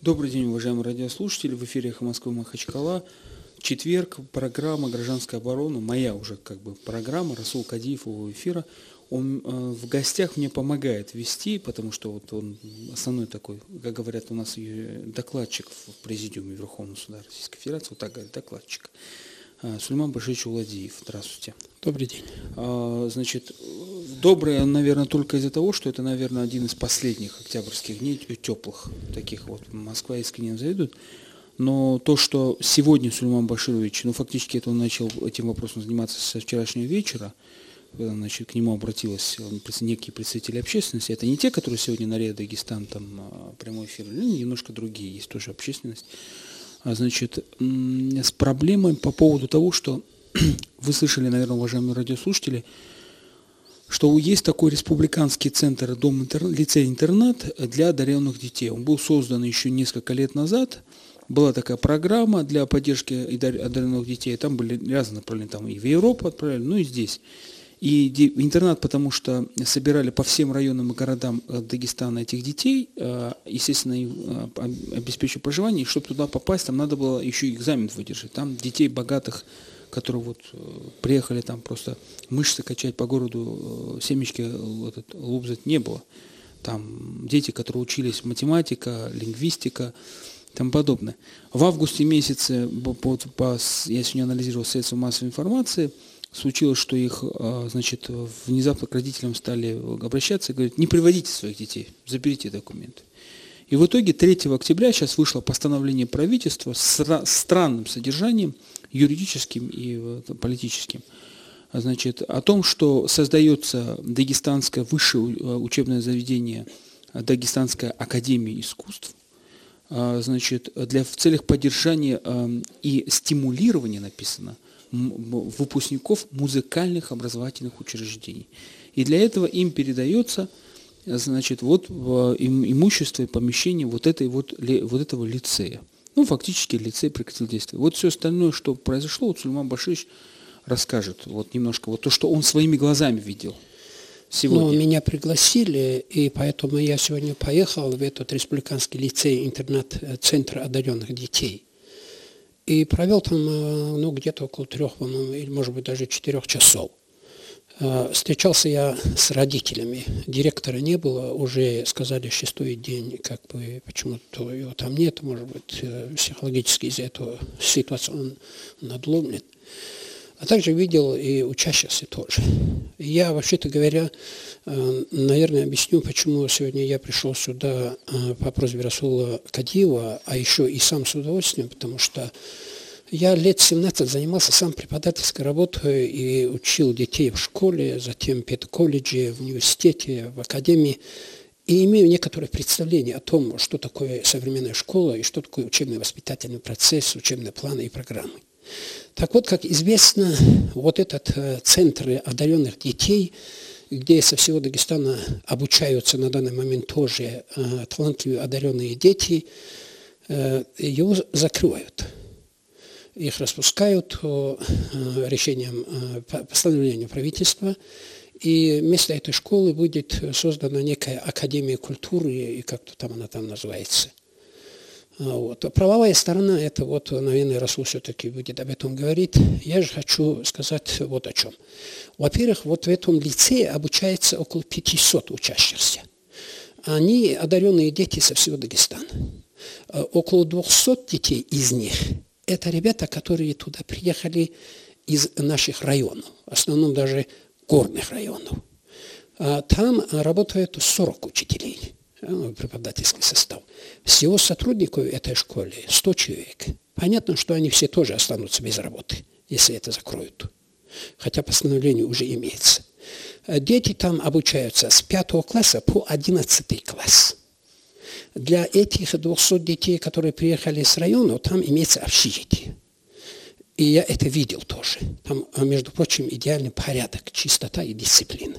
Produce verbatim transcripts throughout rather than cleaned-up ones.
Добрый день, уважаемые радиослушатели. В эфире «Эхо Москвы» Махачкала. Четверг, программа «Гражданская оборона». Моя уже как бы программа. Расул Кадиев его эфира. Он э, в гостях мне помогает вести, потому что вот он основной такой, как говорят у нас докладчик в президиуме Верховного суда Российской Федерации, вот так говорят, докладчик. Сулейман Баширович Уладиев. Здравствуйте. Добрый день. Значит, добрый он, наверное, только из-за того, что это, наверное, один из последних октябрьских дней теплых, таких вот. Москва искренне завидует. Но то, что сегодня Сулейман Баширович, ну, фактически это он начал этим вопросом заниматься со вчерашнего вечера, значит, к нему обратилась некие представители общественности. Это не те, которые сегодня на РИА Дагестан, там, прямой эфир, немножко другие, есть тоже общественность. Значит, с проблемой по поводу того, что вы слышали, наверное, уважаемые радиослушатели, что есть такой республиканский центр дом интер... лицей-интернат для одаренных детей. Он был создан еще несколько лет назад. Была такая программа для поддержки одаренных детей. Там были разные направления, там и в Европу отправляли, ну и здесь. И интернат, потому что собирали по всем районам и городам Дагестана этих детей, естественно, им обеспечивали проживание, и чтобы туда попасть, там надо было еще экзамен выдержать. Там детей богатых, которые вот приехали там просто мышцы качать по городу, семечки этот, лупзать, не было. Там дети, которые учились математика, лингвистика и тому подобное. В августе месяце, по, по, я сегодня анализировал средства массовой информации, случилось, что их, значит, внезапно к родителям стали обращаться и говорят, не приводите своих детей, заберите документы. И в итоге третьего октября сейчас вышло постановление правительства с странным содержанием, юридическим и политическим, значит, о том, что создается Дагестанское высшее учебное заведение, Дагестанская академия искусств, значит, для, в целях поддержания и стимулирования, написано, выпускников музыкальных образовательных учреждений. И для этого им передается, значит, вот имущество и помещение вот, этой вот, вот этого лицея. Ну, фактически лицей прекратил действие. Вот все остальное, что произошло, вот Сулейман Баширович расскажет вот немножко, вот то, что он своими глазами видел сегодня. Ну, меня пригласили, и поэтому я сегодня поехал в этот республиканский лицей-интернат Центр одаренных детей. И провел там, ну, где-то около трех, по-моему, или, может быть, даже четырех часов. Встречался я с родителями. Директора не было, уже сказали, шестой день, как бы, почему-то его там нет, может быть, психологически из-за этого ситуации он надломлен. А также видел и учащихся тоже. Я, вообще-то говоря, наверное, объясню, почему сегодня я пришел сюда по просьбе Расула Кадиева, а еще и сам с удовольствием, потому что я лет семнадцать занимался сам преподавательской работой и учил детей в школе, затем в педколледже, в университете, в академии. И имею некоторое представление о том, что такое современная школа и что такое учебно-воспитательный процесс, учебные планы и программы. Так вот, как известно, вот этот центр одаренных детей, где со всего Дагестана обучаются на данный момент тоже э, талантливые одаренные дети, э, его закрывают. Их распускают по э, решениям, э, постановлению правительства, и вместо этой школы будет создана некая академия культуры, и как-то там она там называется. Вот. Правовая сторона, это вот, наверное, Расул все-таки будет об этом говорить. Я же хочу сказать вот о чем. Во-первых, вот в этом лицее обучается около пятисот учащихся. Они одаренные дети со всего Дагестана. Около двухсот детей из них – это ребята, которые туда приехали из наших районов, в основном даже горных районов. Там работают сорок учителей. Преподавательский состав. Всего сотрудников этой школы сто человек. Понятно, что они все тоже останутся без работы, если это закроют. Хотя постановление уже имеется. Дети там обучаются с пятого класса по одиннадцатый класс. Для этих двухсот детей, которые приехали с района, там имеется общежитие. И я это видел тоже. Там, между прочим, идеальный порядок, чистота и дисциплина.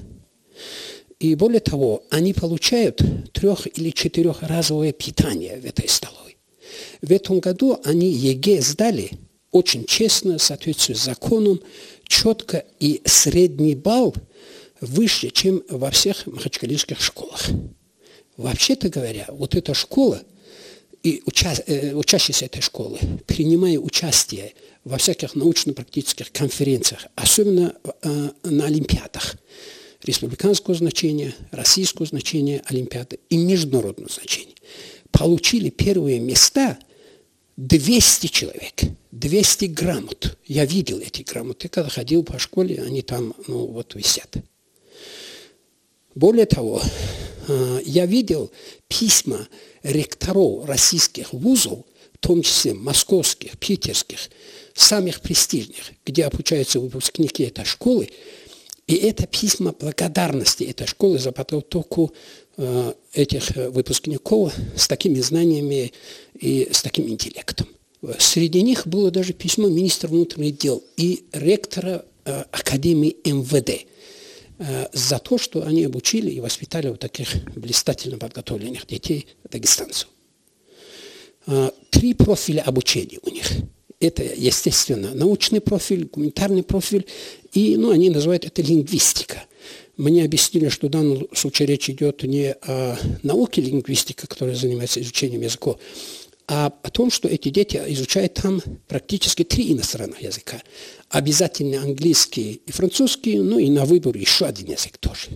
И более того, они получают трех- или четырехразовое питание в этой столовой. В этом году они ЕГЭ сдали очень честно, в соответствии с законом, четко, и средний балл выше, чем во всех махачкалинских школах. Вообще-то говоря, вот эта школа и уча, э, учащиеся этой школы, принимая участие во всяких научно-практических конференциях, особенно э, на олимпиадах республиканского значения, российского значения олимпиады и международного значения, получили первые места двести человек, двести грамот. Я видел эти грамоты, когда ходил по школе, они там, ну, вот висят. Более того, я видел письма ректоров российских вузов, в том числе московских, питерских, самых престижных, где обучаются выпускники этой школы, и это письма благодарности этой школы за подготовку э, этих выпускников с такими знаниями и с таким интеллектом. Среди них было даже письмо министра внутренних дел и ректора э, Академии эм вэ дэ э, за то, что они обучили и воспитали вот таких блистательно подготовленных детей дагестанцев. Э, три профиля обучения у них. Это, естественно, научный профиль, гуманитарный профиль, и, ну, они называют это лингвистика. Мне объяснили, что в данном случае речь идет не о науке лингвистика, которая занимается изучением языков, а о том, что эти дети изучают там практически три иностранных языка. Обязательно английский и французский, ну и на выбор еще один язык тоже.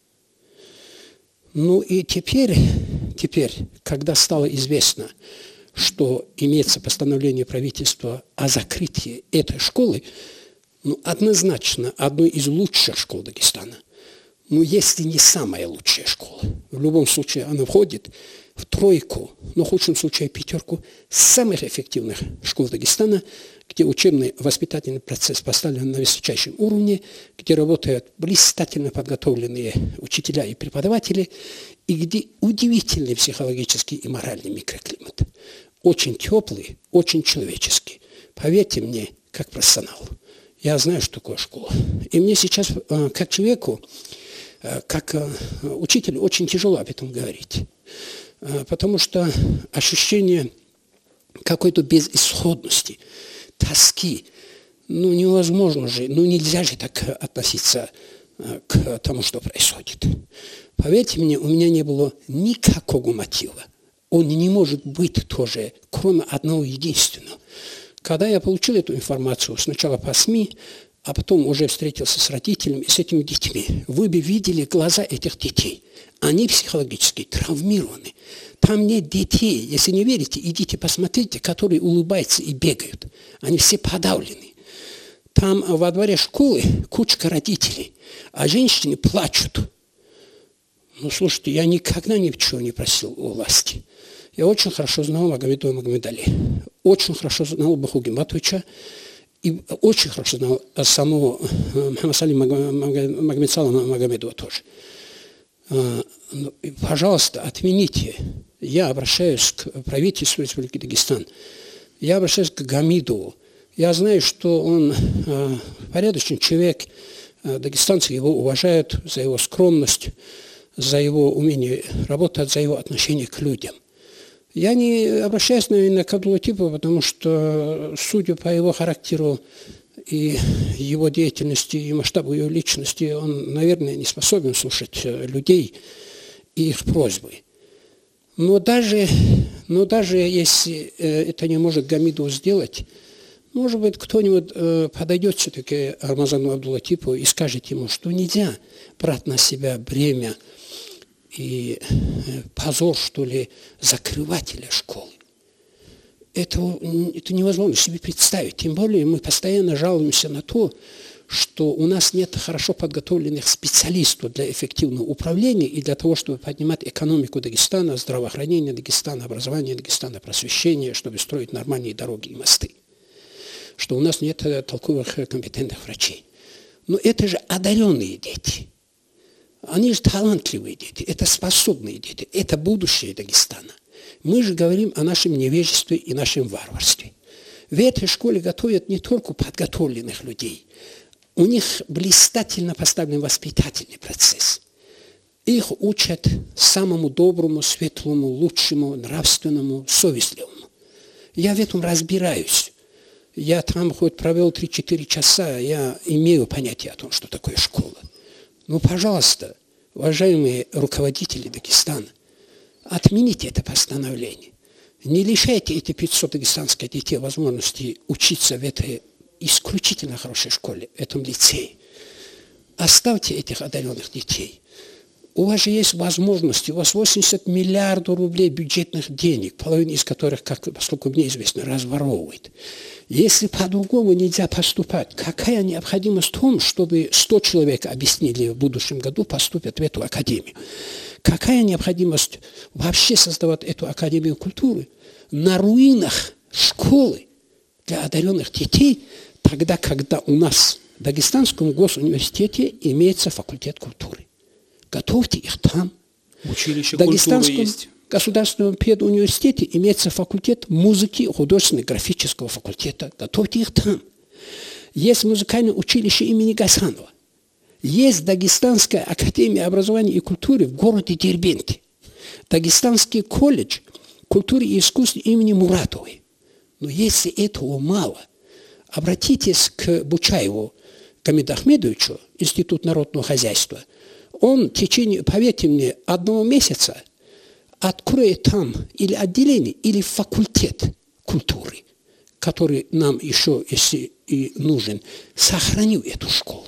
Ну и теперь, теперь, когда стало известно, что имеется постановление правительства о закрытии этой школы, ну, однозначно одной из лучших школ Дагестана. Ну, если не самая лучшая школа. В любом случае она входит в тройку, но в худшем случае пятерку самых эффективных школ Дагестана, где учебный воспитательный процесс поставлен на высочайшем уровне, где работают блистательно подготовленные учителя и преподаватели, и где удивительный психологический и моральный микроклимат. Очень теплый, очень человеческий. Поверьте мне, как профессионал. Я знаю, что такое школа. И мне сейчас, как человеку, как учителю, очень тяжело об этом говорить. Потому что ощущение какой-то безысходности, тоски, ну невозможно же, ну нельзя же так относиться к тому, что происходит. Поверьте мне, у меня не было никакого мотива. Он не может быть тоже, кроме одного единственного. Когда я получил эту информацию, сначала по СМИ, а потом уже встретился с родителями и с этими детьми, вы бы видели глаза этих детей. Они психологически травмированы. Там нет детей, если не верите, идите посмотрите, которые улыбаются и бегают. Они все подавлены. Там во дворе школы кучка родителей, а женщины плачут. Ну, слушайте, я никогда ничего не просил у власти. Я очень хорошо знал Магомедова Магомедали, очень хорошо знал Баху Гиматовича и очень хорошо знал самого Мухаммада Магомедсалама Магомедова тоже. Пожалуйста, отмените. Я обращаюсь к правительству Республики Дагестан. Я обращаюсь к Гамидову. Я знаю, что он порядочный человек. Дагестанцы его уважают за его скромность, за его умение работать, за его отношение к людям. Я не обращаюсь, наверное, к Абдулатипову, потому что, судя по его характеру и его деятельности, и масштабу его личности, он, наверное, не способен слушать людей и их просьбы. Но даже, но даже если это не может Гамидов сделать, может быть, кто-нибудь подойдет все-таки Рамазану Абдулатипову и скажет ему, что нельзя брать на себя бремя и позор, что ли, закрывателя школы. Это, это невозможно себе представить. Тем более мы постоянно жалуемся на то, что у нас нет хорошо подготовленных специалистов для эффективного управления и для того, чтобы поднимать экономику Дагестана, здравоохранение Дагестана, образование Дагестана, просвещение, чтобы строить нормальные дороги и мосты. Что у нас нет толковых компетентных врачей. Но это же одаренные дети. Они же талантливые дети, это способные дети, это будущее Дагестана. Мы же говорим о нашем невежестве и нашем варварстве. В этой школе готовят не только подготовленных людей. У них блистательно поставлен воспитательный процесс. Их учат самому доброму, светлому, лучшему, нравственному, совестливому. Я в этом разбираюсь. Я там хоть провел три-четыре часа, я имею понятие о том, что такое школа. Ну, пожалуйста, уважаемые руководители Дагестана, отмените это постановление. Не лишайте эти пятьсот дагестанских детей возможности учиться в этой исключительно хорошей школе, в этом лицее. Оставьте этих одаренных детей. У вас же есть возможности, у вас восемьдесят миллиардов рублей бюджетных денег, половина из которых, как, поскольку мне известно, разворовывает. Если по-другому нельзя поступать, какая необходимость в том, чтобы сто человек объяснили в будущем году поступят в эту академию? Какая необходимость вообще создавать эту академию культуры на руинах школы для одаренных детей, тогда, когда у нас в Дагестанском госуниверситете имеется факультет культуры? Готовьте их там. Училище в Дагестанском есть. Государственном педуниверситете имеется факультет музыки, художественного, графического факультета. Готовьте их там. Есть музыкальное училище имени Гасанова. Есть Дагестанская академия образования и культуры в городе Дербенте. Дагестанский колледж культуры и искусств имени Муратовой. Но если этого мало, обратитесь к Бучаеву Гамиду Ахмедовичу, Институт народного хозяйства. Он в течение, поверьте мне, одного месяца откроет там или отделение, или факультет культуры, который нам еще, если и нужен, сохранил эту школу.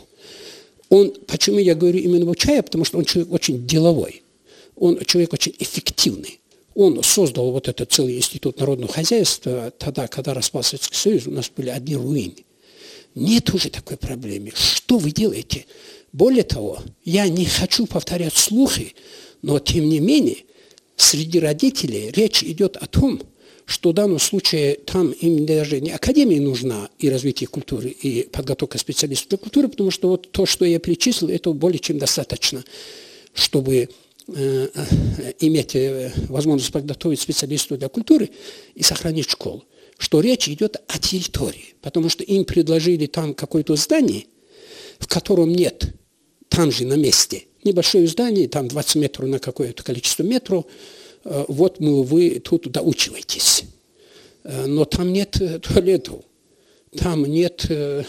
Он, почему я говорю именно Бучаев, потому что он человек очень деловой, он человек очень эффективный. Он создал вот этот целый институт народного хозяйства тогда, когда распался Советский Союз, у нас были одни руины. Нет уже такой проблемы. Что вы делаете? Более того, я не хочу повторять слухи, но тем не менее, среди родителей речь идет о том, что в данном случае там им даже не академия нужна и развитие культуры, и подготовка специалистов для культуры, потому что вот то, что я перечислил, это более чем достаточно, чтобы э, иметь э, возможность подготовить специалистов для культуры и сохранить школу. Что речь идет о территории, потому что им предложили там какое-то здание, в котором нет, там же на месте, небольшое здание, там двадцать метров на какое-то количество метров, вот, мол, вы тут доучиваетесь. Но там нет туалетов, там нет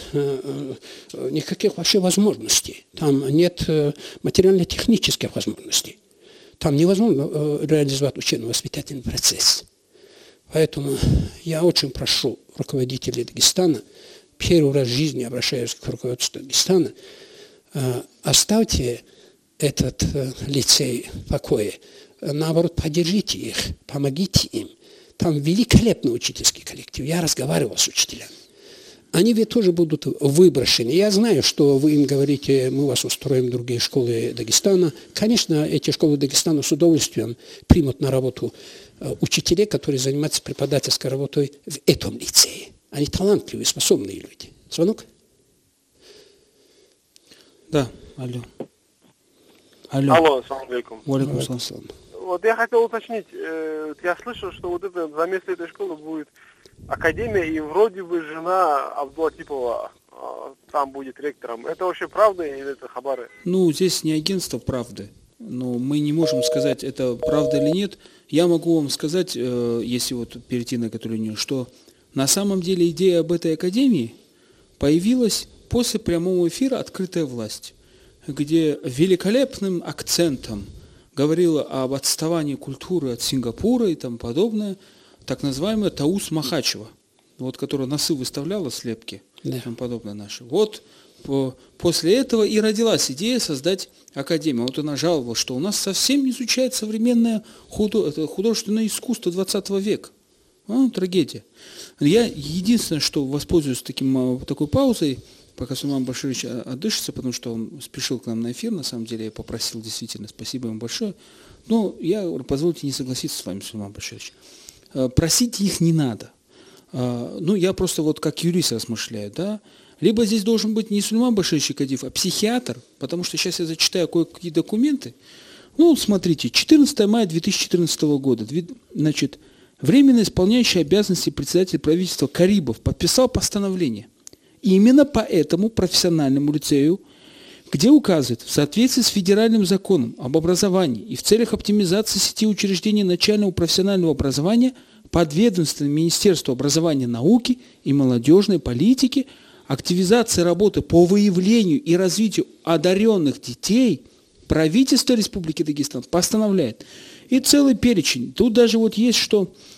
никаких вообще возможностей, там нет материально-технических возможностей. Там невозможно реализовать учебно-воспитательный процесс. Поэтому я очень прошу руководителей Дагестана, первый раз в жизни обращаюсь к руководству Дагестана, оставьте этот лицей в покое, наоборот, поддержите их, помогите им. Там великолепный учительский коллектив. Я разговаривал с учителями. Они ведь тоже будут выброшены. Я знаю, что вы им говорите, мы вас устроим в другие школы Дагестана. Конечно, эти школы Дагестана с удовольствием примут на работу учителей, которые занимаются преподавательской работой в этом лицее. Они талантливые, способные люди. Звонок? Да, алло. Алло. Алло, ассаламу алейкум. Валейкум ассалам. Вот я хотел уточнить, э, я слышал, что вот это за место этой школы будет академия, и вроде бы жена Абдулатипова э, там будет ректором. Это вообще правда или это хабары? Ну, здесь не агентство правды, но мы не можем сказать, это правда или нет. Я могу вам сказать, э, если вот перейти на эту линию, что на самом деле идея об этой академии появилась после прямого эфира «Открытая власть», где великолепным акцентом говорила об отставании культуры от Сингапура и тому подобное, так называемая Таус Махачева, вот, которая носы выставляла, слепки, да, и тому подобное наши. Вот по, после этого и родилась идея создать академию. Вот она жаловалась, что у нас совсем не изучает современное худо, это художественное искусство двадцатого века. А, трагедия. Я единственное, что воспользуюсь таким, такой паузой, пока Сулейман Баширович отдышится, потому что он спешил к нам на эфир, на самом деле я попросил действительно, спасибо ему большое. Но я, позвольте не согласиться с вами, Сулейман Баширович. Просить их не надо. Ну, я просто вот как юрист размышляю, да. Либо здесь должен быть не Сулейман Баширович Кадиев, а психиатр, потому что сейчас я зачитаю кое-какие документы. Ну, смотрите, четырнадцатого мая две тысячи четырнадцатого года, значит, временно исполняющий обязанности председателя правительства Карибов подписал постановление. И именно по этому профессиональному лицею, где указывает, в соответствии с федеральным законом об образовании и в целях оптимизации сети учреждений начального профессионального образования, подведомственным Министерству образования, науки и молодежной политики, активизации работы по выявлению и развитию одаренных детей, правительство Республики Дагестан постановляет. И целый перечень. Тут даже вот есть, что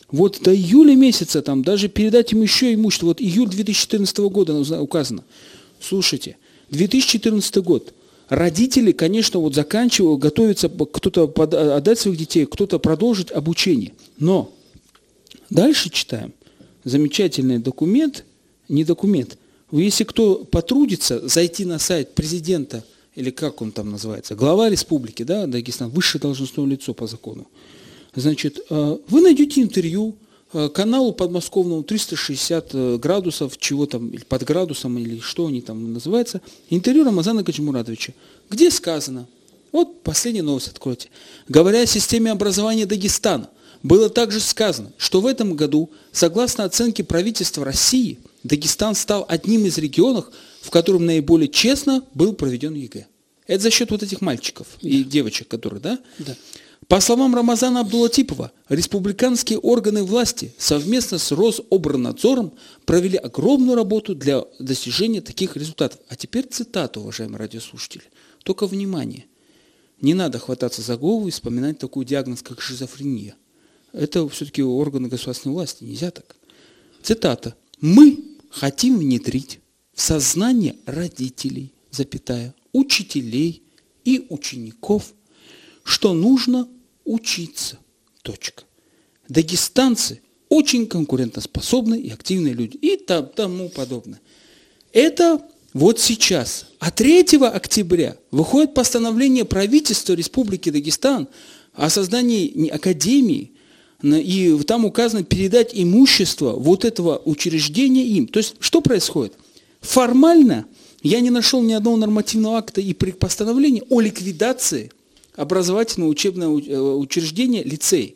Вот до июля месяца, там, даже передать им еще имущество, вот июль две тысячи четырнадцатого года указано. Слушайте, две тысячи четырнадцатый год. Родители, конечно, вот заканчивают, готовятся кто-то отдать своих детей, кто-то продолжить обучение. Но дальше читаем. Замечательный документ, не документ. Если кто потрудится зайти на сайт президента, или как он там называется, глава республики, да, Дагестан, высшее должностное лицо по закону, значит, вы найдете интервью каналу подмосковному триста шестьдесят градусов, чего там, под градусом, или что они там называются, интервью Рамазана Гаджимурадовича, где сказано, вот последняя новость откройте, говоря о системе образования Дагестана, было также сказано, что в этом году, согласно оценке правительства России, Дагестан стал одним из регионов, в котором наиболее честно был проведен ЕГЭ. Это за счет вот этих мальчиков да. и девочек, которые, да? Да. По словам Рамазана Абдулатипова, республиканские органы власти совместно с Рособорнадзором провели огромную работу для достижения таких результатов. А теперь цитата, уважаемые радиослушатели. Только внимание. Не надо хвататься за голову и вспоминать такой диагноз, как шизофрения. Это все-таки органы государственной власти, нельзя так. Цитата. «Мы хотим внедрить в сознание родителей, запятая, учителей и учеников, что нужно учиться. Точка. Дагестанцы очень конкурентоспособные и активные люди». И тому подобное. Это вот сейчас. А третьего октября выходит постановление правительства Республики Дагестан о создании академии, и там указано передать имущество вот этого учреждения им. То есть, что происходит? Формально я не нашел ни одного нормативного акта и постановления о ликвидации образовательного учебного учреждения лицей.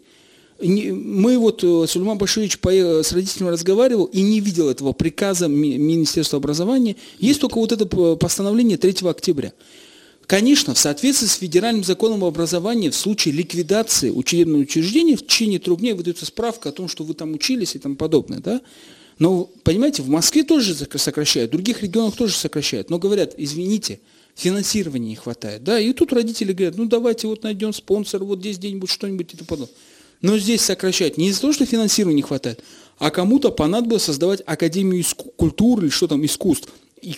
Мы вот, Сулейман Баширович с родителями разговаривал и не видел этого приказа Министерства образования. Есть только вот это постановление третьего октября. Конечно, в соответствии с федеральным законом об образовании в случае ликвидации учебного учреждения в течение трех дней выдается справка о том, что вы там учились и тому подобное. Да? Но, понимаете, в Москве тоже сокращают, в других регионах тоже сокращают. Но говорят, извините, финансирования не хватает. Да? И тут родители говорят, ну давайте вот найдем спонсора, вот здесь где-нибудь что-нибудь и тому подобное. Но здесь сокращать не из-за того, что финансирования не хватает, а кому-то понадобилось создавать академию иску- культуры или что там, искусств. И,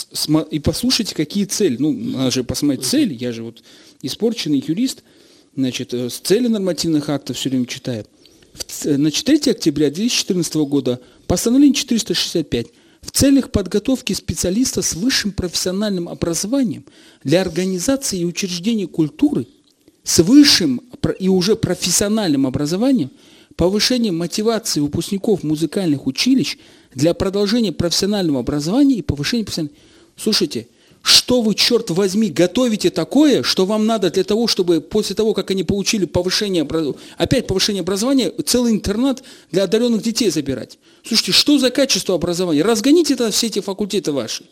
и послушайте, какие цели. Ну, надо же посмотреть цели. Я же вот испорченный юрист, значит, с цели нормативных актов все время читаю. Значит, третьего октября две тысячи четырнадцатого года постановление четыреста шестьдесят пять. В целях подготовки специалиста с высшим профессиональным образованием для организации и учреждения культуры с высшим и уже профессиональным образованием, повышение мотивации выпускников музыкальных училищ для продолжения профессионального образования и повышения профессионального... Слушайте, что вы, черт возьми, готовите такое, что вам надо для того, чтобы после того, как они получили повышение, опять повышение образования, целый интернат для одаренных детей забирать? Слушайте, что за качество образования? Разгоните это все эти факультеты ваши.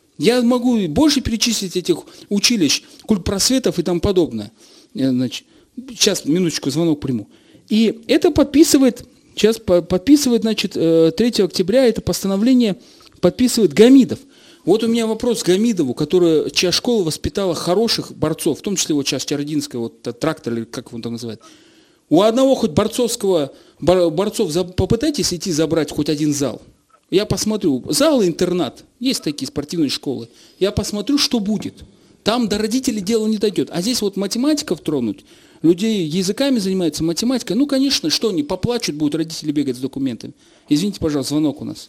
Я могу больше перечислить этих училищ, культпросветов и тому подобное. Значит, сейчас, минуточку, звонок приму. И это подписывает... Сейчас подписывает, значит, третьего октября это постановление подписывает Гамидов. Вот у меня вопрос к Гамидову, который, чья школа воспитала хороших борцов, в том числе вот сейчас Чародинская, вот трактор, или как он там называет. У одного хоть борцовского, борцов попытайтесь идти забрать хоть один зал. Я посмотрю, зал и интернат, есть такие спортивные школы. Я посмотрю, что будет. Там до родителей дело не дойдет. А здесь вот математиков тронуть, людей языками занимаются, математикой. Ну, конечно, что они поплачут, будут родители бегать с документами. Извините, пожалуйста, звонок у нас.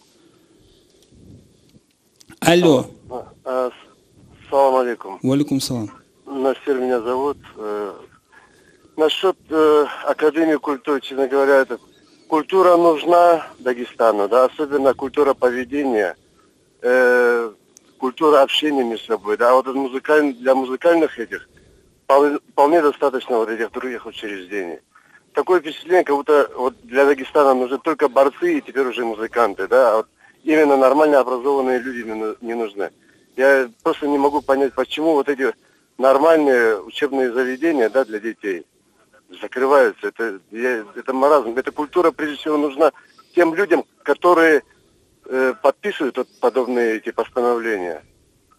Алло. Салам алейкум. Валикум салам. Насир меня зовут. Насчет э, Академии культуры, честно говоря, это культура нужна Дагестану, да, особенно культура поведения, э, культура общения между собой, да, вот музыкаль... для музыкальных этих вполне достаточно вот этих других учреждений. Такое впечатление, как будто вот для Дагестана нужны только борцы и теперь уже музыканты, да, а вот именно нормально образованные люди не нужны. Я просто не могу понять, почему вот эти нормальные учебные заведения, да, для детей закрываются. Это, я, это маразм. Эта культура, прежде всего, нужна тем людям, которые э, подписывают вот подобные эти постановления.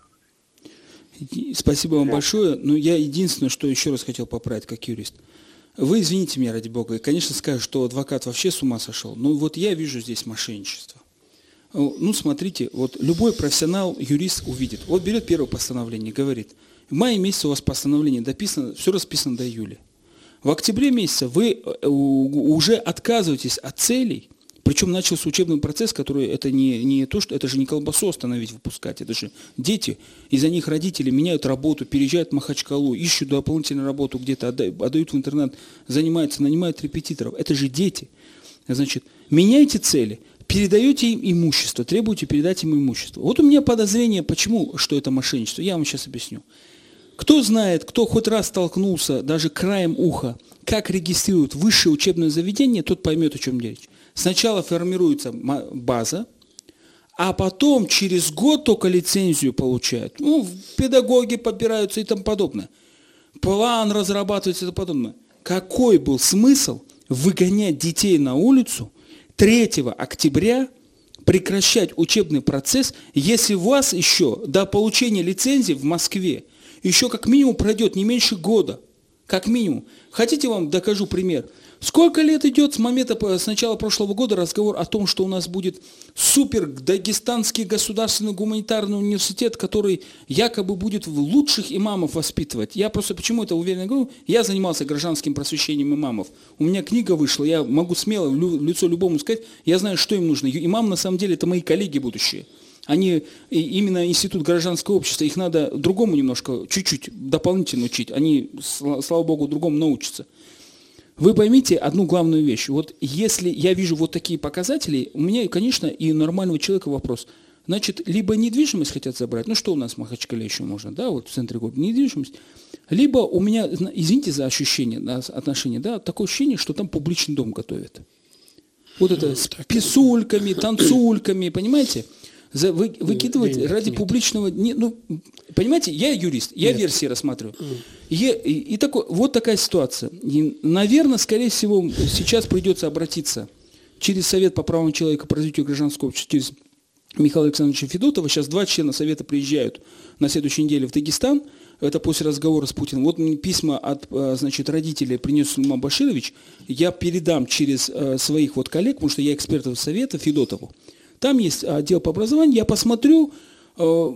Спасибо вам большое. Но я единственное, что еще раз хотел поправить как юрист. Вы извините меня, ради бога, и, конечно, скажут, что адвокат вообще с ума сошел, но вот я вижу здесь мошенничество. Ну, смотрите, вот любой профессионал, юрист увидит. Вот берет первое постановление, говорит, в мае месяце у вас постановление дописано, все расписано до июля. В октябре месяце вы уже отказываетесь от целей, причем начался учебный процесс, который это не, не то, что это же не колбасу остановить, выпускать, это же дети, из-за них родители меняют работу, переезжают в Махачкалу, ищут дополнительную работу где-то, отдают в интернат, занимаются, нанимают репетиторов, это же дети. Значит, меняйте цели, передаете им имущество, требуете передать им имущество. Вот у меня подозрение, почему, что это мошенничество, я вам сейчас объясню. Кто знает, кто хоть раз столкнулся, даже краем уха, как регистрируют высшее учебное заведение, тот поймет, о чем речь. Сначала формируется база, а потом через год только лицензию получают. Ну, педагоги подбираются и тому подобное. План разрабатывается и тому подобное. Какой был смысл выгонять детей на улицу третьего октября, прекращать учебный процесс, если у вас еще до получения лицензии в Москве еще как минимум пройдет не меньше года. Как минимум. Хотите, вам докажу пример. Сколько лет идет с момента, с начала прошлого года разговор о том, что у нас будет супер Дагестанский государственный гуманитарный университет, который якобы будет лучших имамов воспитывать. Я просто почему это уверенно говорю? Я занимался гражданским просвещением имамов. У меня книга вышла, я могу смело в лицо любому сказать, я знаю, что им нужно. Имам на самом деле это мои коллеги будущие. Они, именно институт гражданского общества, их надо другому немножко, чуть-чуть дополнительно учить. Они, слава богу, другому научатся. Вы поймите одну главную вещь. Вот если я вижу вот такие показатели, у меня, конечно, и у нормального человека вопрос. Значит, либо недвижимость хотят забрать, ну что у нас в Махачкале еще можно, да, вот в центре города, недвижимость. Либо у меня, извините за ощущение, отношение, да, такое ощущение, что там публичный дом готовят. Вот это с писульками, танцульками, понимаете? За, вы, выкидывать нет, ради нет. публичного... Не, ну, понимаете, я юрист, я нет. версии рассматриваю. И, и, и такой, вот такая ситуация. И, наверное, скорее всего, сейчас придется обратиться через Совет по правам человека по развитию гражданского общества, через Михаила Александровича Федотова. Сейчас два члена Совета приезжают на следующей неделе в Дагестан. Это после разговора с Путиным. Вот мне письма от, значит, родителей принес Сулейман Баширович. Я передам через своих вот коллег, потому что я эксперт Совета, Федотову. Там есть отдел по образованию, я посмотрю, э,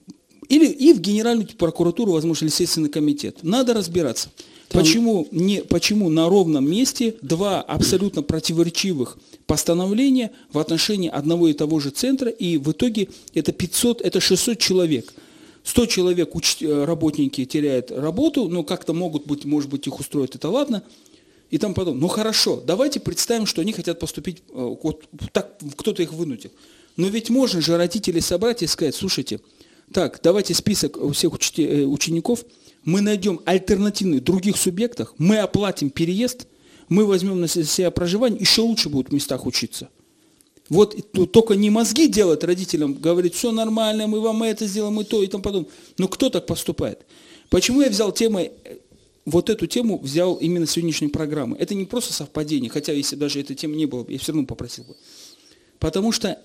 или и в Генеральную прокуратуру, возможно, Следственный комитет. Надо разбираться, Там... почему, не, почему на ровном месте два абсолютно противоречивых постановления в отношении одного и того же центра, и в итоге это пятьсот, это шестьсот человек. сто человек уч... работники теряют работу, но как-то могут быть, может быть, их устроят, это ладно. И там потом, ну хорошо, давайте представим, что они хотят поступить, вот так кто-то их вынудил. Но ведь можно же родителей собрать и сказать, слушайте, так, давайте список всех учеников, мы найдем альтернативных других субъектах, мы оплатим переезд, мы возьмем на себя проживание, еще лучше будут в местах учиться. Вот только не мозги делать родителям, говорить, все нормально, мы вам это сделаем, и то, и тому подобное. Но кто так поступает? Почему я взял тему... Вот эту тему взял именно сегодняшней программы. Это не просто совпадение, хотя если даже этой темы не было, я все равно попросил бы. Потому что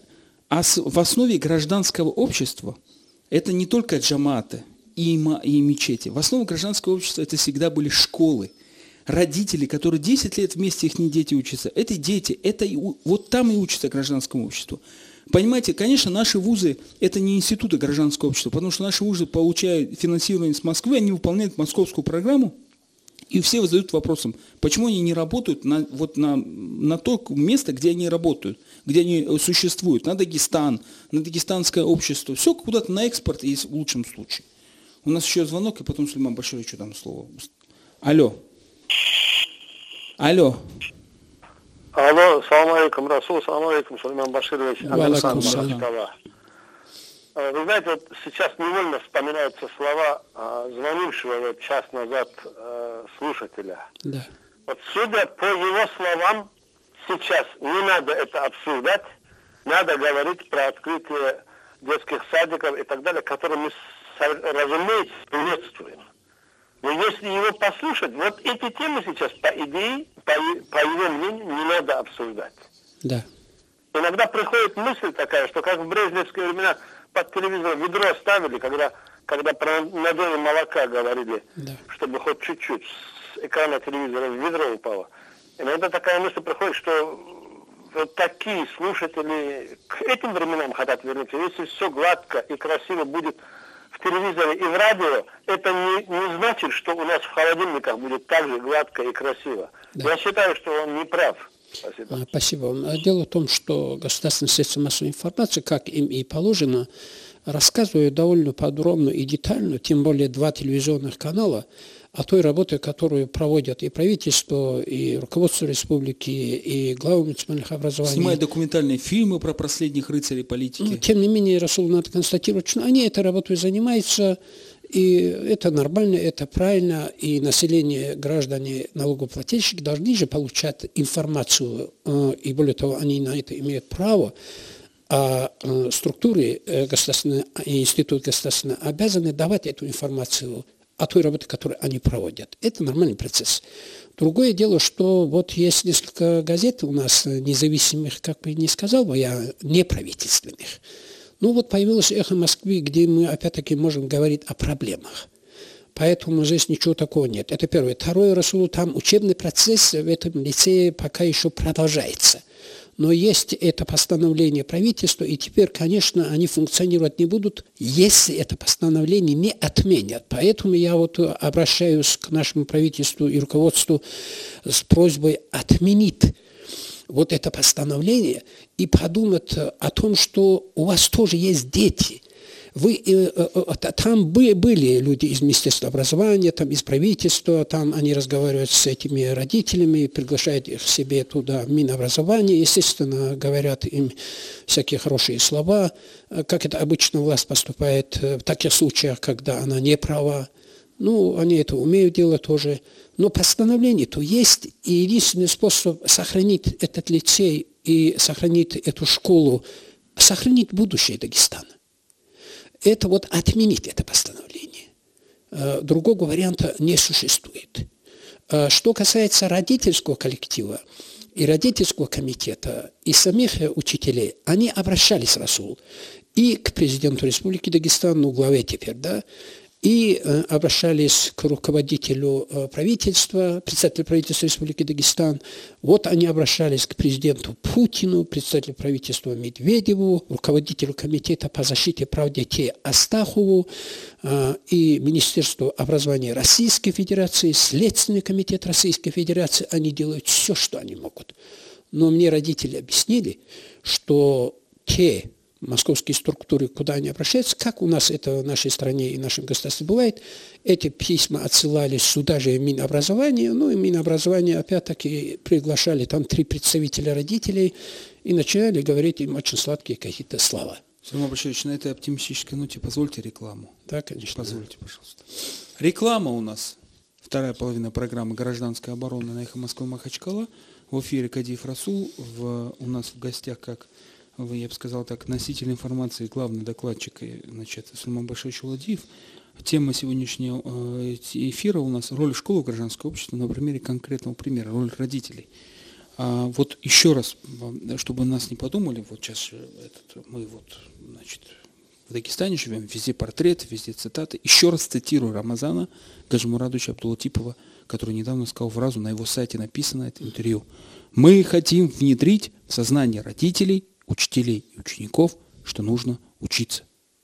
в основе гражданского общества это не только джаматы и, и мечети. В основе гражданского общества это всегда были школы. Родители, которые десять лет вместе, их не дети учатся. Это дети, это и, вот там и учатся гражданскому обществу. Понимаете, конечно, наши вузы – это не институты гражданского общества, потому что наши вузы получают финансирование с Москвы, они выполняют московскую программу, и все задают вопросом, почему они не работают на, вот на, на то место, где они работают, где они существуют, на Дагестан, на дагестанское общество. Все куда-то на экспорт есть в лучшем случае. У нас еще звонок, и потом Сулейман Баширович там слово. Алло. Алло. Алло, салам алейкум, Расул, салам алейкум, Сулейман Баширович, Александр Махачкала. Вы знаете, вот сейчас невольно вспоминаются слова а, звонившего вот час назад а, слушателя. Да. Вот судя по его словам, сейчас не надо это обсуждать, надо говорить про открытие детских садиков и так далее, которые мы, разумеется, приветствуем. Но если его послушать, вот эти темы сейчас, по идее, по, по его мнению, не надо обсуждать. Да. Иногда приходит мысль такая, что как в брежневские времена под телевизор ведро ставили, когда, когда про надоение молока говорили, да. Чтобы хоть чуть-чуть экрана телевизора в ведро упало. Иногда такая мысль приходит, что вот такие слушатели к этим временам хотят вернуться. Если все гладко и красиво будет в телевизоре и в радио, это не, не значит, что у нас в холодильниках будет так же гладко и красиво. Да. Я считаю, что он не прав. Спасибо. Спасибо. Дело в том, что государственные средства массовой информации, как им и положено, рассказывают довольно подробно и детально, тем более два телевизионных канала, о той работе, которую проводят и правительство, и руководство республики, и главы муниципальных образований. Снимают документальные фильмы про последних рыцарей политики. Ну, тем не менее, Расул, надо констатировать, что они этой работой занимаются, и это нормально, это правильно, и население, граждане, налогоплательщики должны же получать информацию, и более того, они на это имеют право, а структуры государственные и институт государственные обязаны давать эту информацию о той работе, которую они проводят. Это нормальный процесс. Другое дело, что вот есть несколько газет у нас независимых, как бы не сказал бы я, неправительственных. Ну вот появилось «Эхо Москвы», где мы опять-таки можем говорить о проблемах. Поэтому здесь ничего такого нет. Это первое. Второе, Расулу, там учебный процесс в этом лицее пока еще продолжается. Но есть это постановление правительства, и теперь, конечно, они функционировать не будут, если это постановление не отменят. Поэтому я вот обращаюсь к нашему правительству и руководству с просьбой отменить вот это постановление и подумать о том, что у вас тоже есть дети. Вы, э, э, там были люди из Министерства образования, там из правительства, там они разговаривают с этими родителями, приглашают их к себе туда в Минобразование, естественно, говорят им всякие хорошие слова, как это обычно власть поступает в таких случаях, когда она не права. Ну, они это умеют делать тоже. Но постановление-то есть, и единственный способ сохранить этот лицей и сохранить эту школу, сохранить будущее Дагестана. Это вот отменить это постановление. Другого варианта не существует. Что касается родительского коллектива и родительского комитета, и самих учителей, они обращались, Расул, и к президенту Республики Дагестан, ну, главе теперь, да, и э, обращались к руководителю э, правительства, председателю правительства Республики Дагестан. Вот они обращались к президенту Путину, председателю правительства Медведеву, руководителю комитета по защите прав детей Астахову э, и Министерству образования Российской Федерации, Следственный комитет Российской Федерации. Они делают все, что они могут. Но мне родители объяснили, что те московские структуры, куда они обращаются, как у нас это в нашей стране и в нашем государстве бывает, эти письма отсылались сюда же в Минобразование, ну и Минобразование опять-таки приглашали там три представителя родителей и начинали говорить им очень сладкие какие-то слова. Сулейман Баширович, на этой оптимистической ноте позвольте рекламу. Да, конечно. Позвольте, пожалуйста. Реклама у нас. Вторая половина программы «Гражданская оборона» на «Эхо Москвы» Махачкала. В эфире Кадиев Расул. В, у нас в гостях, как я бы сказал так, носитель информации, главный докладчик, значит, Сулейман Баширович Уладиев. Тема сегодняшнего эфира у нас роль школы в гражданском обществе на примере конкретного примера, роль родителей. А вот еще раз, чтобы нас не подумали, вот сейчас этот, мы вот, значит, в Дагестане живем, везде портреты, везде цитаты. Еще раз цитирую Рамазана Гаджимурадовича Абдулатипова, который недавно сказал фразу, на его сайте написано это интервью. Мы хотим внедрить в сознание родителей, учителей и учеников, что нужно учиться.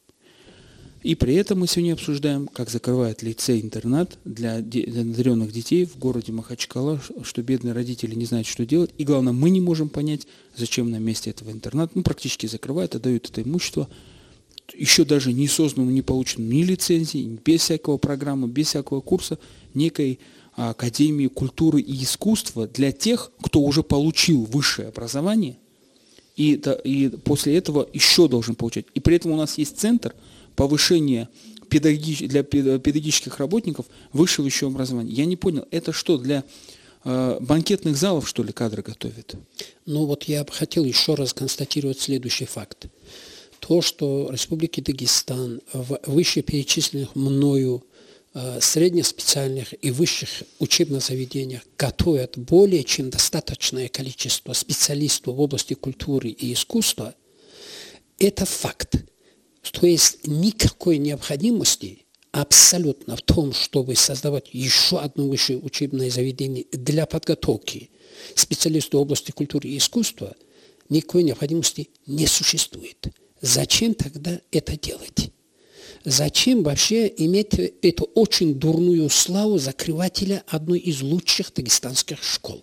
И при этом мы сегодня обсуждаем, как закрывают лицей-интернат для, де- для одаренных детей в городе Махачкала, что бедные родители не знают, что делать. И главное, мы не можем понять, зачем на месте этого интерната. Ну, практически закрывают, отдают это имущество. Еще даже не созданному, не полученному ни лицензии, без всякого программы, без всякого курса, некой академии культуры и искусства для тех, кто уже получил высшее образование, и, и после этого еще должен получать. И при этом у нас есть центр повышения педагоги- для педагогических работников высшего еще образования. Я не понял, это что, для э, банкетных залов, что ли, кадры готовят? Ну вот я бы хотел еще раз констатировать следующий факт. То, что в Республике Дагестан в вышеперечисленных мною э, среднеспециальных и высших учебных заведениях готовят более чем достаточное количество специалистов в области культуры и искусства, это факт. То есть никакой необходимости абсолютно в том, чтобы создавать еще одно высшее учебное заведение для подготовки специалистов в области культуры и искусства, никакой необходимости не существует. Зачем тогда это делать? Зачем вообще иметь эту очень дурную славу закрывателя одной из лучших дагестанских школ?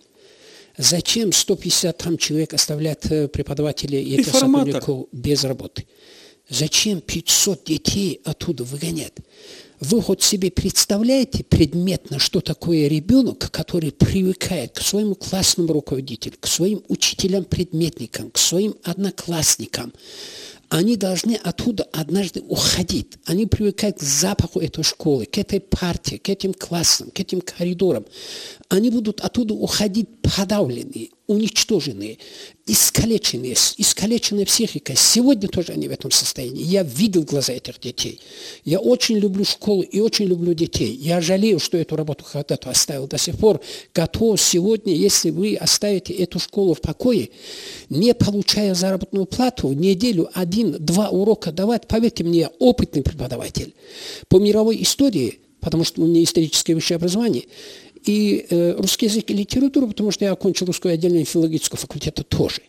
Зачем сто пятьдесят там человек оставлять преподавателей и сотрудников без работы? Зачем пятьсот детей оттуда выгонять? Вы хоть себе представляете предметно, что такое ребенок, который привыкает к своему классному руководителю, к своим учителям-предметникам, к своим одноклассникам? Они должны оттуда однажды уходить. Они привыкают к запаху этой школы, к этой партии, к этим классам, к этим коридорам. Они будут оттуда уходить подавленные, уничтоженные, искалеченные, искалеченная психика. Сегодня тоже они в этом состоянии. Я видел глаза этих детей. Я очень люблю школу и очень люблю детей. Я жалею, что эту работу когда-то оставил. До сих пор готов сегодня, если вы оставите эту школу в покое, не получая заработную плату, в неделю один-два урока давать, поверьте мне, я опытный преподаватель. По мировой истории, потому что у меня историческое высшее образование, и э, русский язык и литературу, потому что я окончил русское отделение филологического факультета тоже.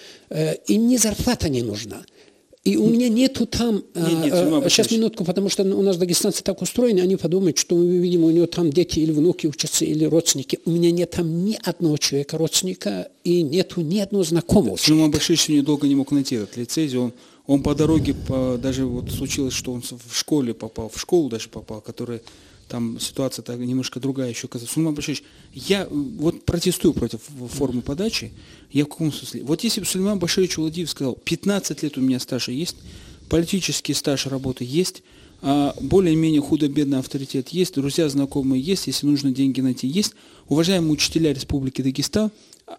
Э, и мне зарплата не нужна. И у меня нету там... Нет, нет, э, сейчас минутку, потому что у нас дагестанцы так устроены, они подумают, что, видимо, у него там дети или внуки учатся, или родственники. У меня нет там ни одного человека родственника, и нету ни одного знакомого. Сулейман Баширович недолго не мог найти этот лицензию. Он, он по дороге, по, даже вот случилось, что он в школе попал, в школу даже попал, которая... Там ситуация так немножко другая еще. Сулейман Баширович, я вот протестую против формы подачи. Я в каком смысле? Вот если бы Сулейман Баширович Владимиров сказал, пятнадцать лет у меня стажа есть, политический стаж работы есть, более-менее худо-бедный авторитет есть, друзья, знакомые есть, если нужно деньги найти есть. Уважаемые учителя Республики Дагестан,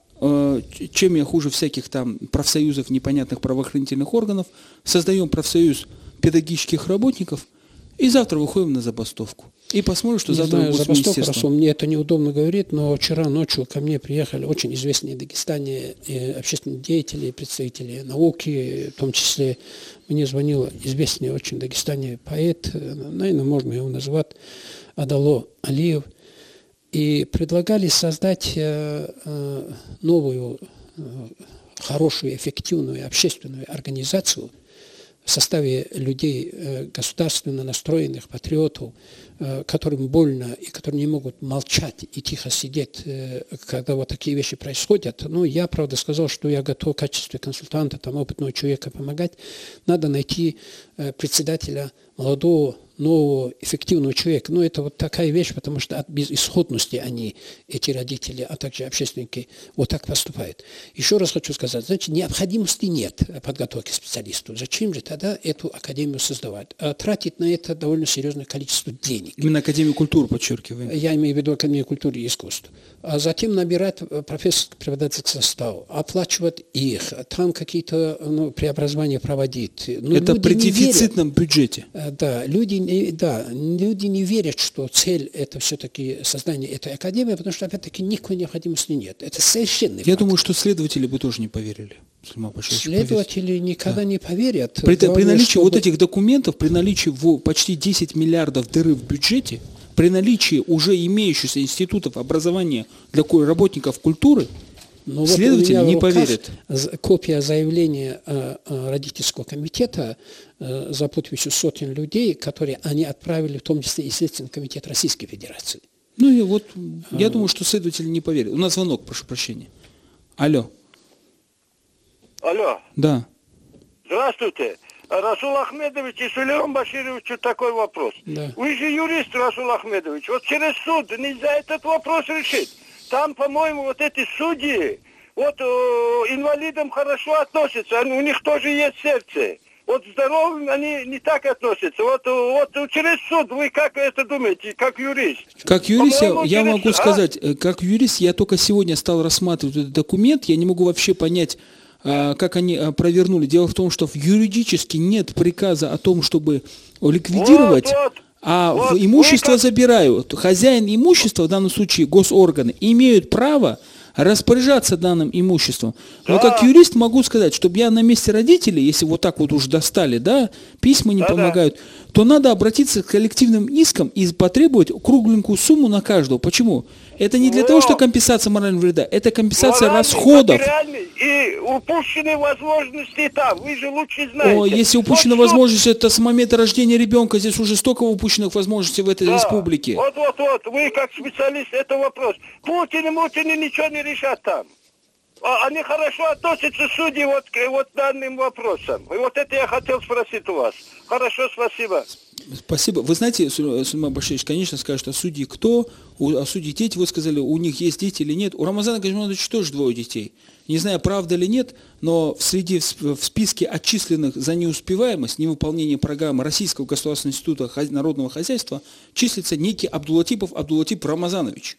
чем я хуже всяких там профсоюзов, непонятных правоохранительных органов, создаем профсоюз педагогических работников, и завтра выходим на забастовку. И посмотрим, что не завтра знаю, будет забастовка, просто мне это неудобно говорить, но вчера ночью ко мне приехали очень известные в Дагестане общественные деятели, представители науки, в том числе мне звонил известный очень в Дагестане поэт, наверное, можно его назвать, Адало Алиев, и предлагали создать новую, хорошую, эффективную общественную организацию в составе людей государственно настроенных, патриотов, которым больно и которые не могут молчать и тихо сидеть, когда вот такие вещи происходят. Ну, я, правда, сказал, что я готов в качестве консультанта, там, опытного человека помогать. Надо найти председателя молодого, нового, эффективного человека. Но это вот такая вещь, потому что от безысходности они, эти родители, а также общественники, вот так поступают. Еще раз хочу сказать, значит, необходимости нет подготовки специалистов. Зачем же тогда эту академию создавать? А тратить на это довольно серьезное количество денег. Именно Академию культуры, подчеркиваем. Я имею в виду Академию культуры и искусств. А затем набирать профессорско-преподавательский состав, оплачивать их, там какие-то ну, преобразования проводить. Но это при дефицитном бюджете. Да, люди, да, люди не верят, что цель это все-таки создание этой академии, потому что, опять-таки, никакой необходимости нет. Это совершенно. Я факт. думаю, что следователи бы тоже не поверили. Следователи никогда да. не поверят. При, при наличии чтобы... вот этих документов, при наличии в почти десять миллиардов дыры в бюджете, при наличии уже имеющихся институтов образования для работников культуры, но следователи вот не поверят. Копия заявления родительского комитета за подписью сотен людей, которые они отправили, в том числе и Следственный комитет Российской Федерации. Ну и вот, я а... думаю, что следователи не поверят. У нас звонок, прошу прощения. Алло. Алло. Да. Здравствуйте. Расул Ахмедович и Сулейман Баширович, такой вопрос. Да. Вы же юрист, Расул Ахмедович. Вот через суд нельзя этот вопрос решить. Там, по-моему, вот эти судьи, вот э, инвалидам хорошо относятся, у них тоже есть сердце. Вот здоровым они не так относятся. Вот, вот через суд вы как это думаете, как юрист? Как юрист, я, я могу а? сказать, как юрист, я только сегодня стал рассматривать этот документ, я не могу вообще понять, как они провернули. Дело в том, что юридически нет приказа о том, чтобы ликвидировать, вот, вот, а вот, имущество как... забирают. Хозяин имущества, в данном случае госорганы, имеют право распоряжаться данным имуществом. Но Да. как юрист могу сказать, чтобы я на месте родителей, если вот так вот уж достали, да, письма не Да-да. помогают, то надо обратиться к коллективным искам и потребовать кругленькую сумму на каждого. Почему? Это не для Но- того, что компенсация морального вреда, это компенсация Моральный, расходов. материальный и упущенные возможности там. Вы же лучше знаете. О, если упущена Вот что- возможность, это с момента рождения ребенка, здесь уже столько упущенных возможностей в этой Да. республике. Вот, вот, вот. Вы как специалист, это вопрос. Путин и Мутин ничего не решат там. А- Они хорошо относятся, судьи, вот к вот данным вопросам. И вот это я хотел спросить у вас. Хорошо, спасибо. Спасибо. Вы знаете, Сулейман Баширович, конечно, скажут, а судьи кто? У, а судьи дети, вы сказали, у них есть дети или нет. У Рамазана Гаджимановича тоже двое детей. Не знаю, правда или нет, но в среди в списке отчисленных за неуспеваемость, невыполнение программы Российского государственного института хозя- народного хозяйства числится некий Абдулатипов Абдулатип Рамазанович.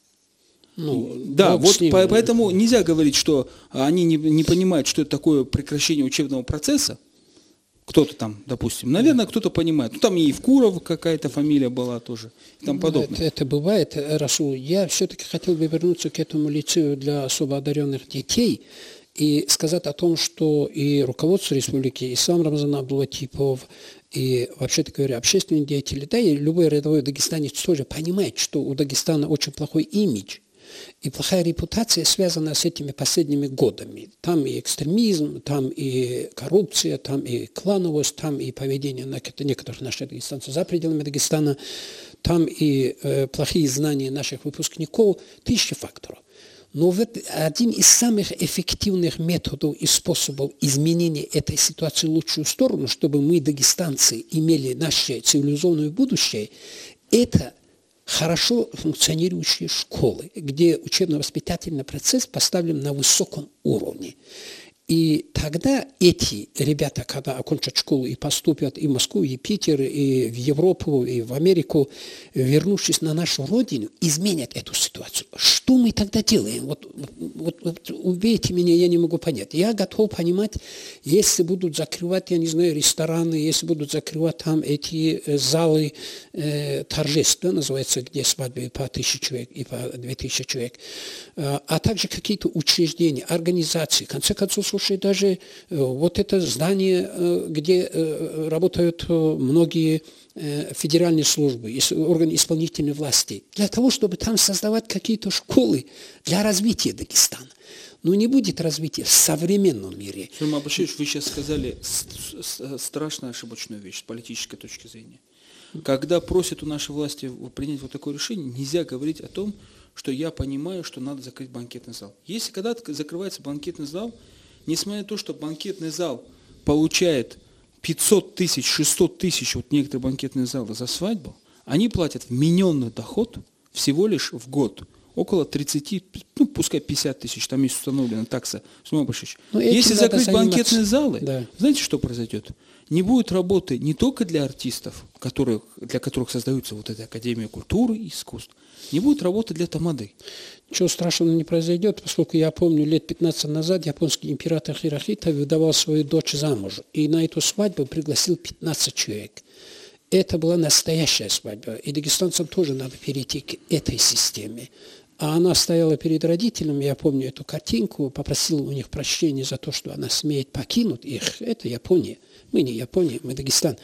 Ну, Да, Бог вот с ним. по- поэтому нельзя говорить, что они не, не понимают, что это такое прекращение учебного процесса. Кто-то там, допустим, наверное, кто-то понимает. Ну, там и Евкуров какая-то фамилия была тоже и тому подобное. Это, это бывает, Расул. Я все-таки хотел бы вернуться к этому лицею для особо одаренных детей и сказать о том, что и руководство республики, и сам Рамзан Абдулатипов, и, вообще-то говоря, общественные деятели, да, и любой рядовой дагестанец тоже понимает, что у Дагестана очень плохой имидж. И плохая репутация связана с этими последними годами. Там и экстремизм, там и коррупция, там и клановость, там и поведение некоторых наших дагестанцев за пределами Дагестана, там и э, плохие знания наших выпускников, тысячи факторов. Но вот один из самых эффективных методов и способов изменения этой ситуации в лучшую сторону, чтобы мы, дагестанцы, имели наше цивилизованное будущее, это хорошо функционирующие школы, где учебно-воспитательный процесс поставлен на высоком уровне. И тогда эти ребята, когда окончат школу и поступят и в Москву, и в Питер, и в Европу, и в Америку, вернувшись на нашу родину, изменят эту ситуацию. Что мы тогда делаем? Вот, вот, вот убейте меня, я не могу понять. Я готов понимать, если будут закрывать, я не знаю, рестораны, если будут закрывать там эти залы э, торжеств, да, называется, где свадьбы по тысяче человек и по две тысячи человек, э, а также какие-то учреждения, организации, в конце концов, слушай, даже э, вот это здание, э, где э, работают э, многие э, федеральные службы, органы исполнительной власти, для того, чтобы там создавать какие-то школы для развития Дагестана. Но не будет развития в современном мире. Сулейман Баширович, вы сейчас сказали страшно ошибочную вещь с политической точки зрения. Когда просят у нашей власти принять вот такое решение, нельзя говорить о том, что я понимаю, что надо закрыть банкетный зал. Если когда-то закрывается банкетный зал, несмотря на то, что банкетный зал получает пятьсот тысяч, шестьсот тысяч, вот некоторые банкетные залы за свадьбу, они платят вмененный доход всего лишь в год. Около тридцать, ну пускай пятьдесят тысяч, там есть установлена такса. Если закрыть банкетные залы, да. Знаете, что произойдет? Не будет работы не только для артистов, которых, для которых создаются вот эта Академия культуры и искусств, не будет работы для тамады. Ничего страшного не произойдет, поскольку я помню, лет пятнадцать назад японский император Хирохита выдавал свою дочь замуж, и на эту свадьбу пригласил пятнадцать человек. Это была настоящая свадьба, и дагестанцам тоже надо перейти к этой системе. А она стояла перед родителями, я помню эту картинку, попросила у них прощения за то, что она смеет покинуть их. Это Япония. Мы не Япония, мы Дагестан.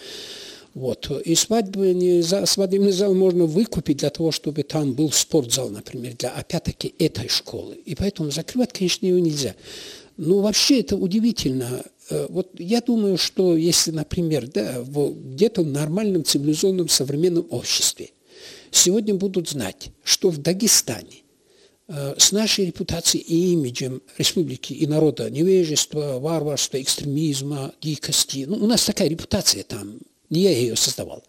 Вот. И свадебный зал, свадебный зал можно выкупить для того, чтобы там был спортзал, например, для, опять-таки, этой школы. И поэтому закрывать, конечно, его нельзя. Но вообще это удивительно. Вот я думаю, что если, например, да, где-то в нормальном, цивилизованном, современном обществе сегодня будут знать, что в Дагестане э, с нашей репутацией и имиджем республики и народа невежества, варварства, экстремизма, дикости, ну, у нас такая репутация там, не я ее создавал,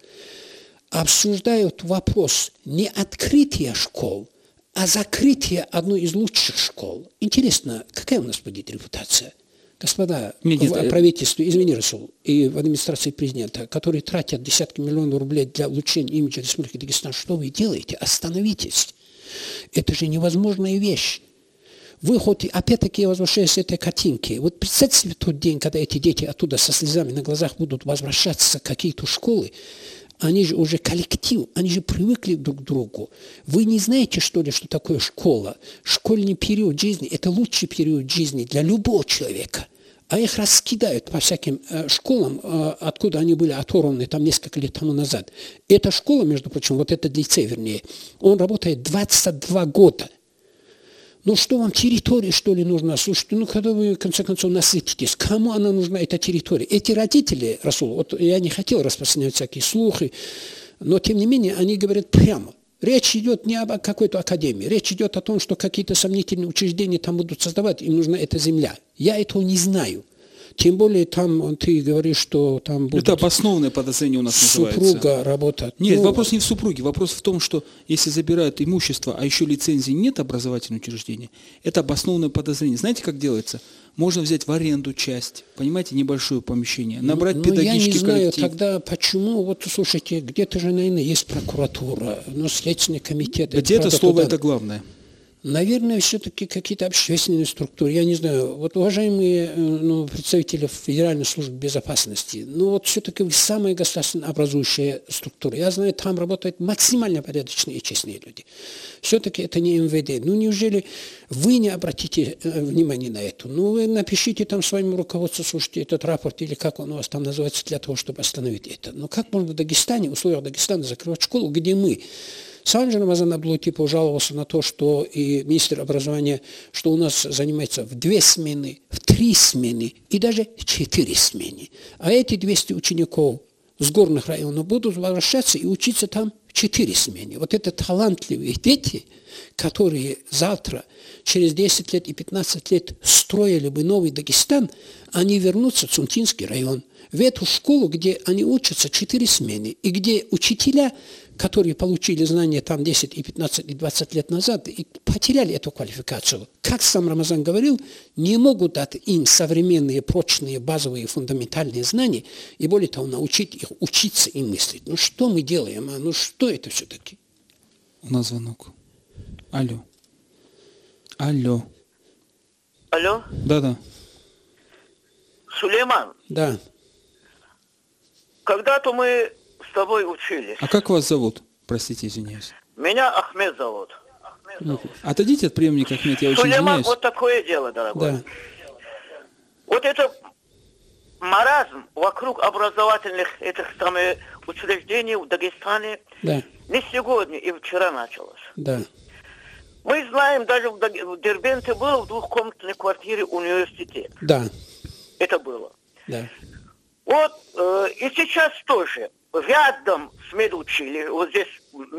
обсуждают вопрос не открытия школ, а закрытия одной из лучших школ. Интересно, какая у нас будет репутация? Господа в правительстве, извини, Расул, и в администрации президента, которые тратят десятки миллионов рублей для улучшения имиджа Республики Дагестан, что вы делаете? Остановитесь. Это же невозможная вещь. Вы хоть, опять-таки, я возвращаюсь к этой картинке. Вот представьте себе тот день, когда эти дети оттуда со слезами на глазах будут возвращаться в какие-то школы, они же уже коллектив, они же привыкли друг к другу. Вы не знаете, что ли, что такое школа? Школьный период жизни – это лучший период жизни для любого человека. А их раскидают по всяким э, школам, э, откуда они были оторваны там несколько лет тому назад. Эта школа, между прочим, вот этот лицей, вернее, он работает двадцать два года. Ну что вам, территория, что ли, нужна? Слушайте, ну когда вы, в конце концов, насытитесь, кому она нужна, эта территория? Эти родители, Расул, вот я не хотел распространять всякие слухи, но тем не менее они говорят прямо. Речь идет не об какой-то академии, речь идет о том, что какие-то сомнительные учреждения там будут создавать, им нужна эта земля. Я этого не знаю. Тем более там ты говоришь, что там будет... Это обоснованное подозрение у нас супруга называется. Супруга работает. Нет, ну... вопрос не в супруге. Вопрос в том, что если забирают имущество, а еще лицензии нет образовательного учреждения, это обоснованное подозрение. Знаете, как делается? Можно взять в аренду часть, понимаете, небольшое помещение, набрать ну, педагогический коллектив. Я не знаю, коллектив. тогда почему, вот слушайте, где-то же, наверное, есть прокуратура, но следственный комитет... Где-то это, слово туда... это главное. Наверное, все-таки какие-то общественные структуры, я не знаю. Вот уважаемые ну, представители Федеральной службы безопасности, ну вот все-таки вы самая государственно образующая структура. Я знаю, там работают максимально порядочные и честные люди. Все-таки это не эм вэ дэ. Ну неужели вы не обратите э, внимания на это? Ну вы напишите там своему руководству, слушайте, этот рапорт или как он у вас там называется, для того, чтобы остановить это. Но как можно в Дагестане, в условиях Дагестана закрывать школу, где мы... Сам же Рамазан Аблутипов жаловался на то, что и министр образования, что у нас занимается в две смены, в три смены и даже четыре смены. А эти двести учеников с горных районов будут возвращаться и учиться там в четыре смены. Вот это талантливые дети, которые завтра, через десять лет и пятнадцать лет строили бы новый Дагестан, они вернутся в Цунтинский район, в эту школу, где они учатся четыре смены, и где учителя, которые получили знания там десять, и пятнадцать, и двадцать лет назад, и потеряли эту квалификацию. Как сам Рамазан говорил, не могут дать им современные, прочные, базовые, фундаментальные знания, и более того, научить их учиться и мыслить. Ну что мы делаем? А? Ну что это все-таки? У нас звонок. Алло. Алло. Алло? Да-да. Сулейман. Да. Когда-то мы с тобой учились. А как вас зовут? Простите, извиняюсь. Меня Ахмед зовут. Ну, отойдите от преемника Ахмед, я очень Сулейман, извиняюсь. вот такое дело, дорогой. Да. Вот это маразм вокруг образовательных этих самых учреждений в Дагестане Да. не сегодня и вчера началось. Да. Мы знаем, даже в, Даг... в Дербенте был в двухкомнатной квартире университет. Да. Это было. Да. Вот э, и сейчас тоже рядом с медучилищем, вот здесь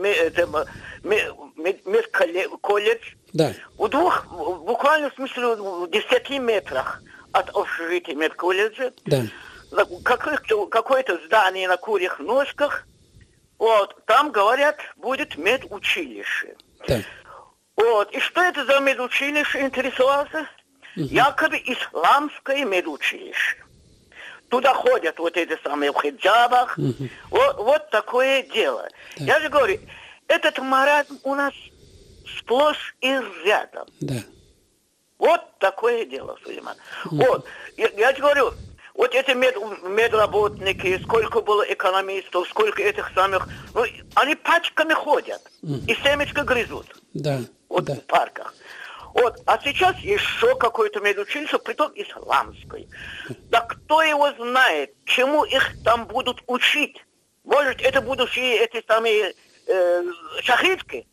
медколледж, Да. в двух, буквально в смысле в десяти метрах от общежития медколледжа, Да. какое-то здание на курьих ножках, вот, там, говорят, будет медучилище. Да. Вот, и что это за медучилище, интересовался? Угу. Якобы исламское медучилище. Туда ходят вот эти самые в хиджабах. Угу. Вот, вот такое дело. Да. Я же говорю, этот маразм у нас сплошь и рядом. Да. Вот такое дело, Сулейман. Угу. Вот, я, я же говорю, вот эти мед, медработники, сколько было экономистов, сколько этих самых, ну, они пачками ходят угу. и семечко грызут. Да. Вот да. в парках. Вот, а сейчас еще какое-то медучилище, притом исламское. Да кто его знает, чему их там будут учить? Может, это будущие эти самые э, шахидки?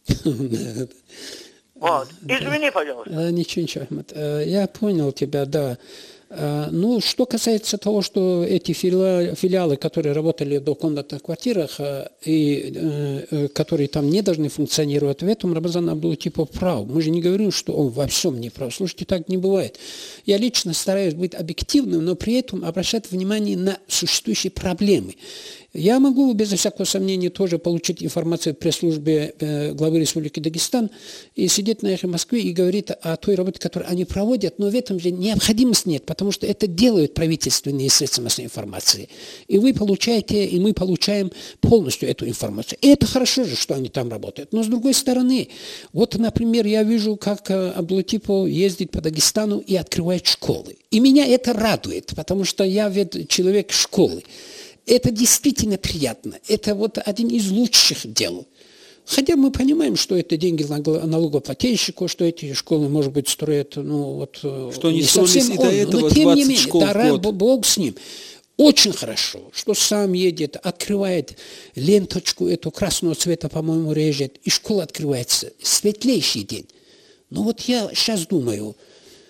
Вот. Извини, пожалуйста. Ничего, ничего, Ахмед. Я понял тебя, да. Ну, что касается того, что эти филиалы, которые работали в двухкомнатных квартирах и которые там не должны функционировать, в этом Рамазан Аблутипов прав. Мы же не говорим, что он во всем не прав. Слушайте, так не бывает. Я лично стараюсь быть объективным, но при этом обращать внимание на существующие проблемы. Я могу, без всякого сомнения, тоже получить информацию в пресс-службе э, главы Республики Дагестан и сидеть на «Эхе Москвы» и говорить о той работе, которую они проводят, но в этом же необходимости нет, потому что это делают правительственные средства массовой информации. И вы получаете, и мы получаем полностью эту информацию. И это хорошо же, что они там работают. Но с другой стороны, вот, например, я вижу, как Аблутипов ездит по Дагестану и открывает школы. И меня это радует, потому что я ведь человек школы. Это действительно приятно. Это вот один из лучших дел. Хотя мы понимаем, что это деньги налогоплательщику, что эти школы, может быть, строят, ну, вот... Что они строились и до этого но, тем не менее, школ да, Бог с ним. Очень хорошо, что сам едет, открывает ленточку эту красного цвета, по-моему, режет, и школа открывается. Светлейший день. Но вот я сейчас думаю,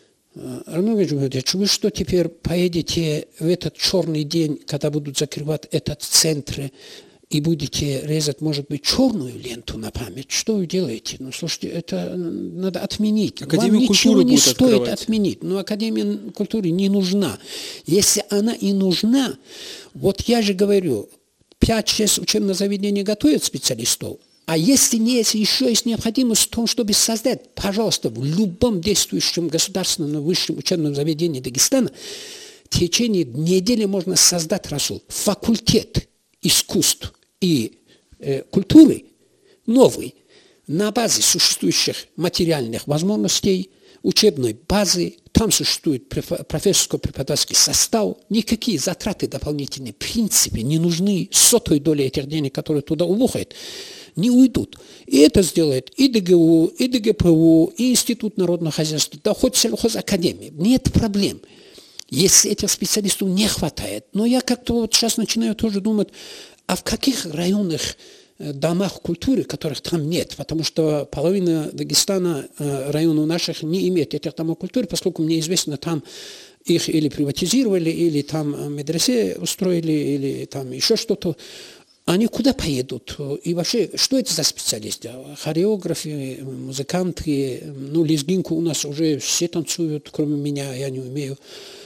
Арнольд Георгиевич, вы что теперь поедете в этот черный день, когда будут закрывать этот центр, и будете резать, может быть, черную ленту на память? Что вы делаете? Ну, слушайте, это надо отменить. Академию Вам ничего не стоит открывать. отменить. Но Академия культуры не нужна. Если она и нужна, вот я же говорю, пять-шесть учебных заведений готовят специалистов, а если нет, еще есть необходимость в том, чтобы создать, пожалуйста, в любом действующем государственном высшем учебном заведении Дагестана в течение недели можно создать, Расул, факультет искусств и э, культуры новый на базе существующих материальных возможностей, учебной базы. Там существует профессорско-преподавательский состав. Никакие затраты дополнительные в принципе не нужны. Сотой доли этих денег, которые туда улухают, не уйдут. И это сделает и ДГУ, и ДГПУ, и Институт народного хозяйства, да хоть сельхозакадемия. Нет проблем, если этих специалистов не хватает. Но я как-то вот сейчас начинаю тоже думать, а в каких районных домах культуры, которых там нет, потому что половина Дагестана, районов наших, не имеет этих домов культуры, поскольку мне известно, там их или приватизировали, или там медресе устроили, или там еще что-то. Они куда поедут? И вообще, что это за специалисты? Хореографы, музыканты, ну, лезгинку у нас уже все танцуют, кроме меня, я не умею.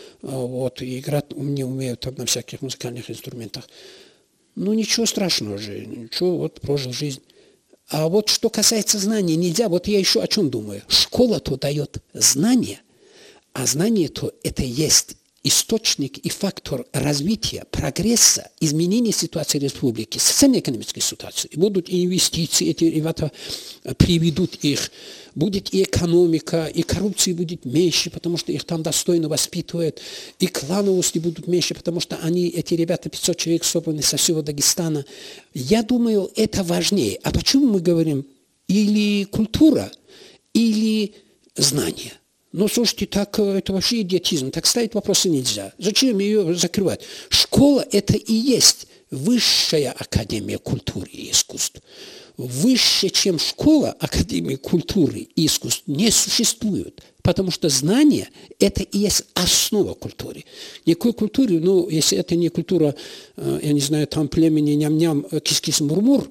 Вот, и играть не умею там на всяких музыкальных инструментах. Ну, ничего страшного же, ничего, вот, прожил жизнь. А вот что касается знаний, нельзя, вот я еще о чем думаю. Школа-то дает знания, а знание-то это есть источник и фактор развития, прогресса, изменения ситуации республики, социально-экономической ситуации. И будут и инвестиции, эти ребята приведут их, будет и экономика, и коррупции будет меньше, потому что их там достойно воспитывают, и клановости будут меньше, потому что они, эти ребята, пятьсот человек собраны со всего Дагестана. Я думаю, это важнее. А почему мы говорим или культура, или знание? Ну, слушайте, так это вообще идиотизм. Так ставить вопросы нельзя. Зачем ее закрывать? Школа – это и есть высшая академия культуры и искусств. Выше, чем школа, академии культуры и искусств не существует. Потому что знание – это и есть основа культуры. Никакой культуры, ну, если это не культура, я не знаю, там племени ням-ням, кис-кис-мур-мур,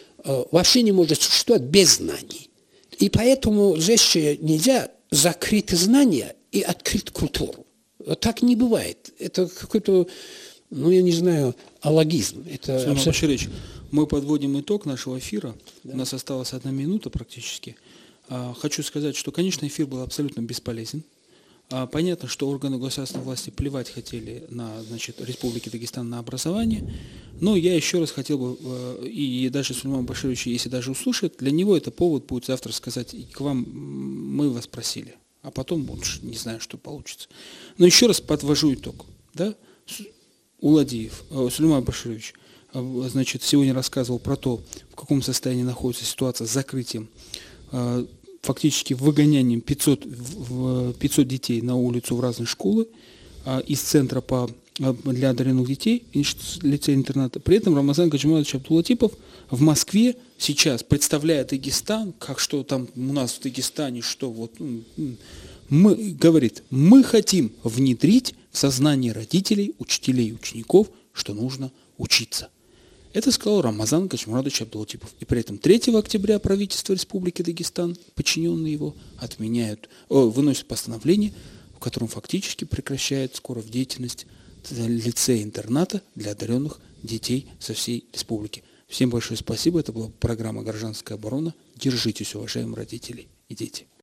вообще не может существовать без знаний. И поэтому здесь нельзя закрыть знания и открыть культуру. Так не бывает. Это какой-то, ну, я не знаю, алогизм. Это абсолютно... Мы подводим итог нашего эфира. Да. У нас осталась одна минута практически. Хочу сказать, что, конечно, эфир был абсолютно бесполезен. Понятно, что органы государственной власти плевать хотели на, значит, Республике Дагестан на образование, но я еще раз хотел бы, и даже Сулейман Баширович, если даже услышит, для него это повод будет завтра сказать, к вам мы вас просили, а потом, не знаю, что получится. Но еще раз подвожу итог. Да? Уладиев, Сулейман Баширович, значит, сегодня рассказывал про то, в каком состоянии находится ситуация с закрытием, фактически выгонянием пятисот, пятисот детей на улицу в разные школы а, из центра по, для одаренных детей, лицея-интерната. При этом Рамазан Гаджимуратович Абдулатипов в Москве сейчас, представляя Дагестан, как что там у нас в Дагестане, что вот, мы, говорит, мы хотим внедрить в сознание родителей, учителей и учеников, что нужно учиться. Это сказал Рамазан Гаджимуратович Абдулатипов. И при этом третьего октября правительство Республики Дагестан, подчиненные его, отменяют, о, выносят постановление, в котором фактически прекращает скоро в деятельность лицея-интерната для одаренных детей со всей республики. Всем большое спасибо. Это была программа «Гражданская оборона». Держитесь, уважаемые родители и дети.